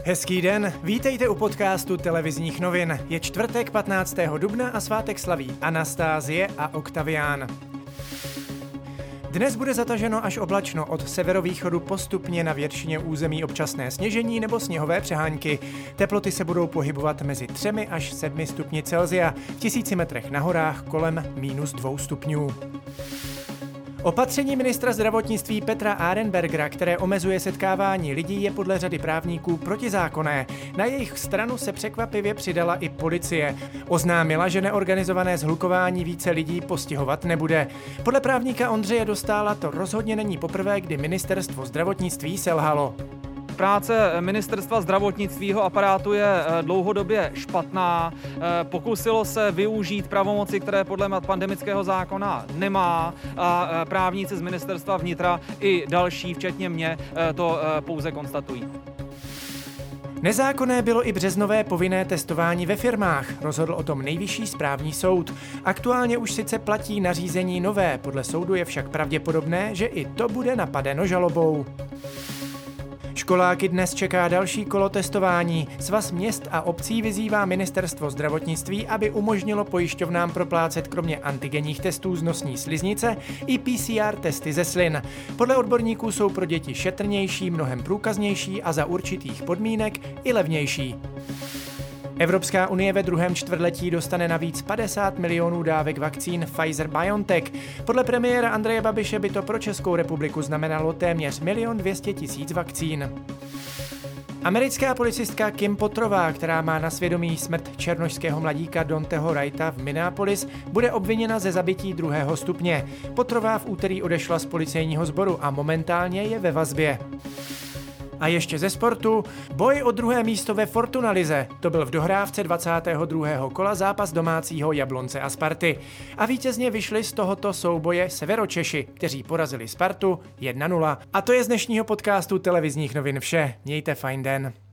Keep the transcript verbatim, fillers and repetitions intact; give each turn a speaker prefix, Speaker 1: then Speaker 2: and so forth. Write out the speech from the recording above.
Speaker 1: Hezký den, vítejte u podcastu televizních novin. Je čtvrtek patnáctého dubna a svátek slaví Anastázie a Oktavián. Dnes bude zataženo až oblačno, od severovýchodu postupně na většině území občasné sněžení nebo sněhové přehánky. Teploty se budou pohybovat mezi třemi až sedmi stupni Celsia, v tisíci metrech na horách kolem minus dvou stupňů. Opatření ministra zdravotnictví Petra Arenbergera, které omezuje setkávání lidí, je podle řady právníků protizákonné. Na jejich stranu se překvapivě přidala i policie. Oznámila, že neorganizované shlukování více lidí postihovat nebude. Podle právníka Ondřeje Dostála to rozhodně není poprvé, kdy ministerstvo zdravotnictví selhalo.
Speaker 2: Práce ministerstva zdravotnictví aparátu je dlouhodobě špatná. Pokusilo se využít pravomoci, které podle pandemického zákona nemá, a právníci z ministerstva vnitra i další, včetně mě, to pouze konstatují.
Speaker 1: Nezákonné bylo i březnové povinné testování ve firmách, rozhodl o tom Nejvyšší správní soud. Aktuálně už sice platí nařízení nové, podle soudu je však pravděpodobné, že i to bude napadeno žalobou. Školáky dnes čeká další kolo testování. Svaz měst a obcí vyzývá ministerstvo zdravotnictví, aby umožnilo pojišťovnám proplácet kromě antigenních testů z nosní sliznice i P C R testy ze slin. Podle odborníků jsou pro děti šetrnější, mnohem průkaznější a za určitých podmínek i levnější. Evropská unie ve druhém čtvrtletí dostane navíc padesát milionů dávek vakcín Pfizer-BioNTech. Podle premiéra Andreje Babiše by to pro Českou republiku znamenalo téměř milion dvě stě tisíc vakcín. Americká policistka Kim Potterová, která má na svědomí smrt černošského mladíka Donteho Wrighta v Minneapolis, bude obviněna ze zabití druhého stupně. Potterová v úterý odešla z policejního sboru a momentálně je ve vazbě. A ještě ze sportu, boj o druhé místo ve Fortuna lize. To byl v dohrávce dvacátého druhého kola zápas domácího Jablonce a Sparty. A vítězně vyšli z tohoto souboje Severočeši, kteří porazili Spartu jedna nula. A to je z dnešního podcastu televizních novin vše. Mějte fajn den.